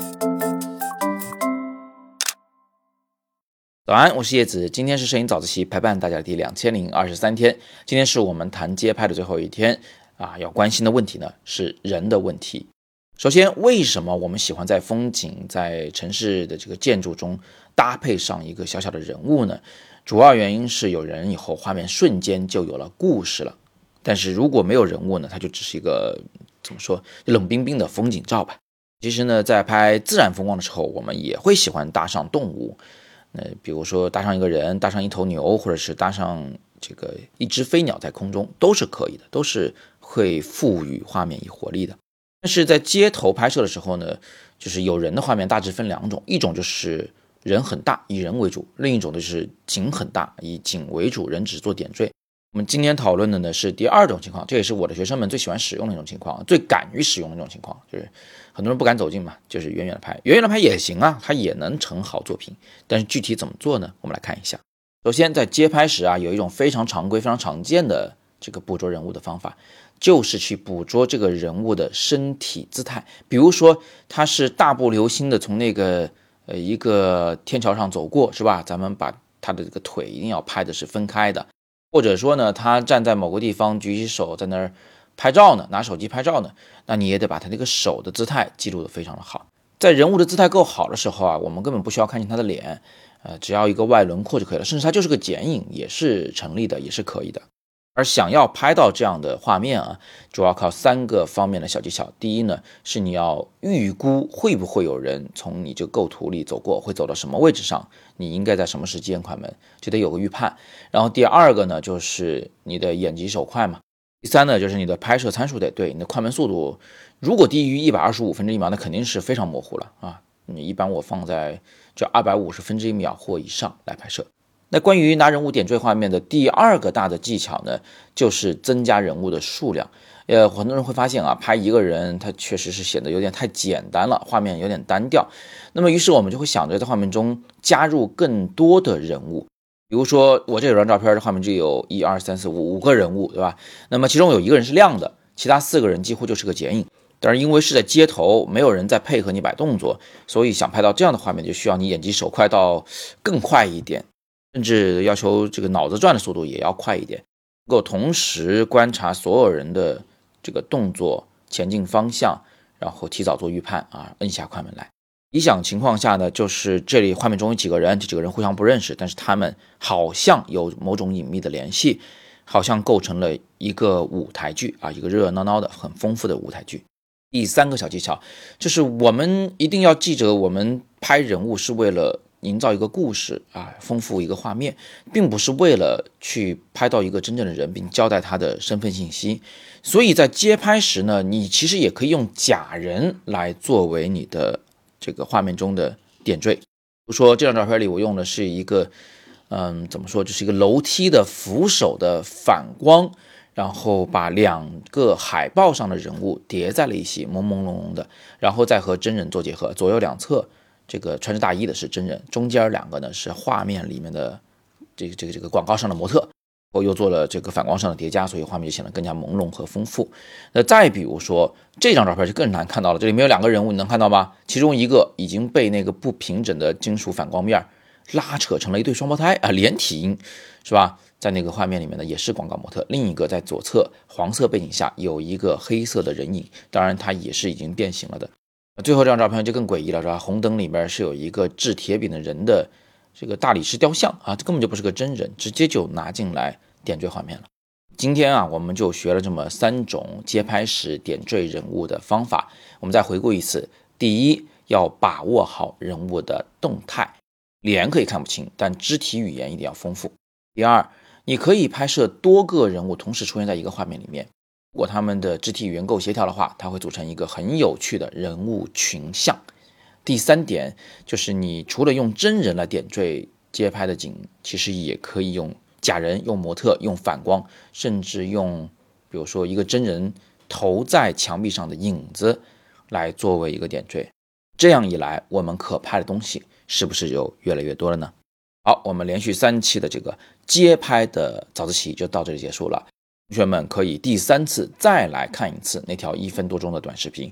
早安，我是叶子，今天是摄影早自习陪伴大家的第2023天，今天是我们谈街拍的最后一天要关心的问题呢是人的问题。首先，为什么我们喜欢在风景、在城市的这个建筑中搭配上一个小小的人物呢？主要原因是有人以后，画面瞬间就有了故事了。但是如果没有人物呢，它就只是一个怎么说冷冰冰的风景照吧。其实呢，在拍自然风光的时候，我们也会喜欢搭上动物。比如说搭上一个人，搭上一头牛，或者是搭上这个一只飞鸟在空中，都是可以的，都是会赋予画面以活力的。但是在街头拍摄的时候呢，就是有人的画面大致分两种，一种就是人很大，以人为主；另一种就是景很大，以景为主，人只做点缀。我们今天讨论的呢是第二种情况，这也是我的学生们最喜欢使用的一种情况，最敢于使用的那种情况，就是很多人不敢走近嘛，就是远远的拍，远远的拍也行啊，它也能成好作品。但是具体怎么做呢？我们来看一下。首先，在街拍时有一种非常常规、非常常见的这个捕捉人物的方法，就是去捕捉这个人物的身体姿态。比如说，他是大步流星的从那个一个天桥上走过，是吧？咱们把他的这个腿一定要拍的是分开的。或者说呢，他站在某个地方举起手在那儿拍照呢，拿手机拍照呢，那你也得把他那个手的姿态记录得非常的好。在人物的姿态够好的时候我们根本不需要看见他的脸，只要一个外轮廓就可以了，甚至他就是个剪影也是成立的，也是可以的。而想要拍到这样的画面主要靠3个方面的小技巧。第一呢，是你要预估会不会有人从你这个构图里走过，会走到什么位置上，你应该在什么时间快门，就得有个预判。然后第二个呢，就是你的眼疾手快嘛。第三呢，就是你的拍摄参数得对，你的快门速度如果低于125分之一秒，那肯定是非常模糊了你一般我放在就250分之一秒或以上来拍摄。那关于拿人物点缀画面的第二个大的技巧呢，就是增加人物的数量。很多人会发现拍一个人他确实是显得有点太简单了，画面有点单调。那么于是我们就会想着在画面中加入更多的人物。比如说我这有张照片，这画面就有1、2、3、4、5个人物，对吧？那么其中有一个人是亮的，其他4个人几乎就是个剪影。但是因为是在街头，没有人在配合你摆动作，所以想拍到这样的画面，就需要你眼疾手快到更快一点，甚至要求这个脑子转的速度也要快一点，能够同时观察所有人的这个动作、前进方向，然后提早做预判摁下快门来。理想情况下呢，就是这里画面中有几个人，这几个人互相不认识，但是他们好像有某种隐秘的联系，好像构成了一个舞台剧一个热热闹闹的很丰富的舞台剧。第3个小技巧就是我们一定要记着，我们拍人物是为了营造一个故事丰富一个画面，并不是为了去拍到一个真正的人并交代他的身份信息。所以在街拍时呢，你其实也可以用假人来作为你的这个画面中的点缀。比如说这张照片里我用的是一个怎么说，就是一个楼梯的扶手的反光，然后把2个海报上的人物叠在了一起，朦朦胧胧的，然后再和真人做结合。左右两侧这个穿着大衣的是真人，中间2个呢是画面里面的这个广告上的模特，我又做了这个反光上的叠加，所以画面就显得更加朦胧和丰富。那再比如说这张照片就更难看到了，这里面有2个人物，你能看到吗？其中一个已经被那个不平整的金属反光面拉扯成了一对双胞胎连体婴，是吧？在那个画面里面呢也是广告模特。另一个在左侧黄色背景下有一个黑色的人影，当然它也是已经变形了的。最后这张照片就更诡异了，是吧？红灯里面是有一个制铁饼的人的这个大理石雕像这根本就不是个真人，直接就拿进来点缀画面了。今天我们就学了这么3种街拍时点缀人物的方法。我们再回顾一次。第一，要把握好人物的动态，脸可以看不清，但肢体语言一定要丰富。第二，你可以拍摄多个人物同时出现在一个画面里面，如果他们的肢体语言够协调的话，它会组成一个很有趣的人物群像。第3点就是你除了用真人来点缀街拍的景，其实也可以用假人、用模特、用反光，甚至用比如说一个真人投在墙壁上的影子来作为一个点缀。这样一来，我们可拍的东西是不是就越来越多了呢？好，我们连续3期的这个街拍的早自习就到这里结束了。同学们可以第3次再来看一次那条1分多钟的短视频，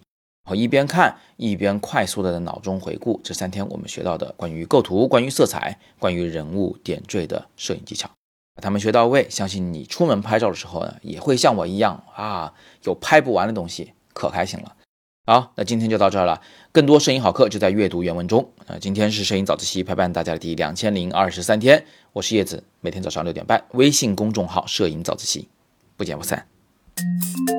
一边看一边快速的在脑中回顾这3天我们学到的关于构图、关于色彩、关于人物点缀的摄影技巧，把它们学到位，相信你出门拍照的时候呢，也会像我一样有拍不完的东西，可开心了。好，那今天就到这儿了，更多摄影好课就在阅读原文中。今天是摄影早自习陪伴大家的第2023天，我是叶子，每天早上6点半，微信公众号摄影早自习，不见不散。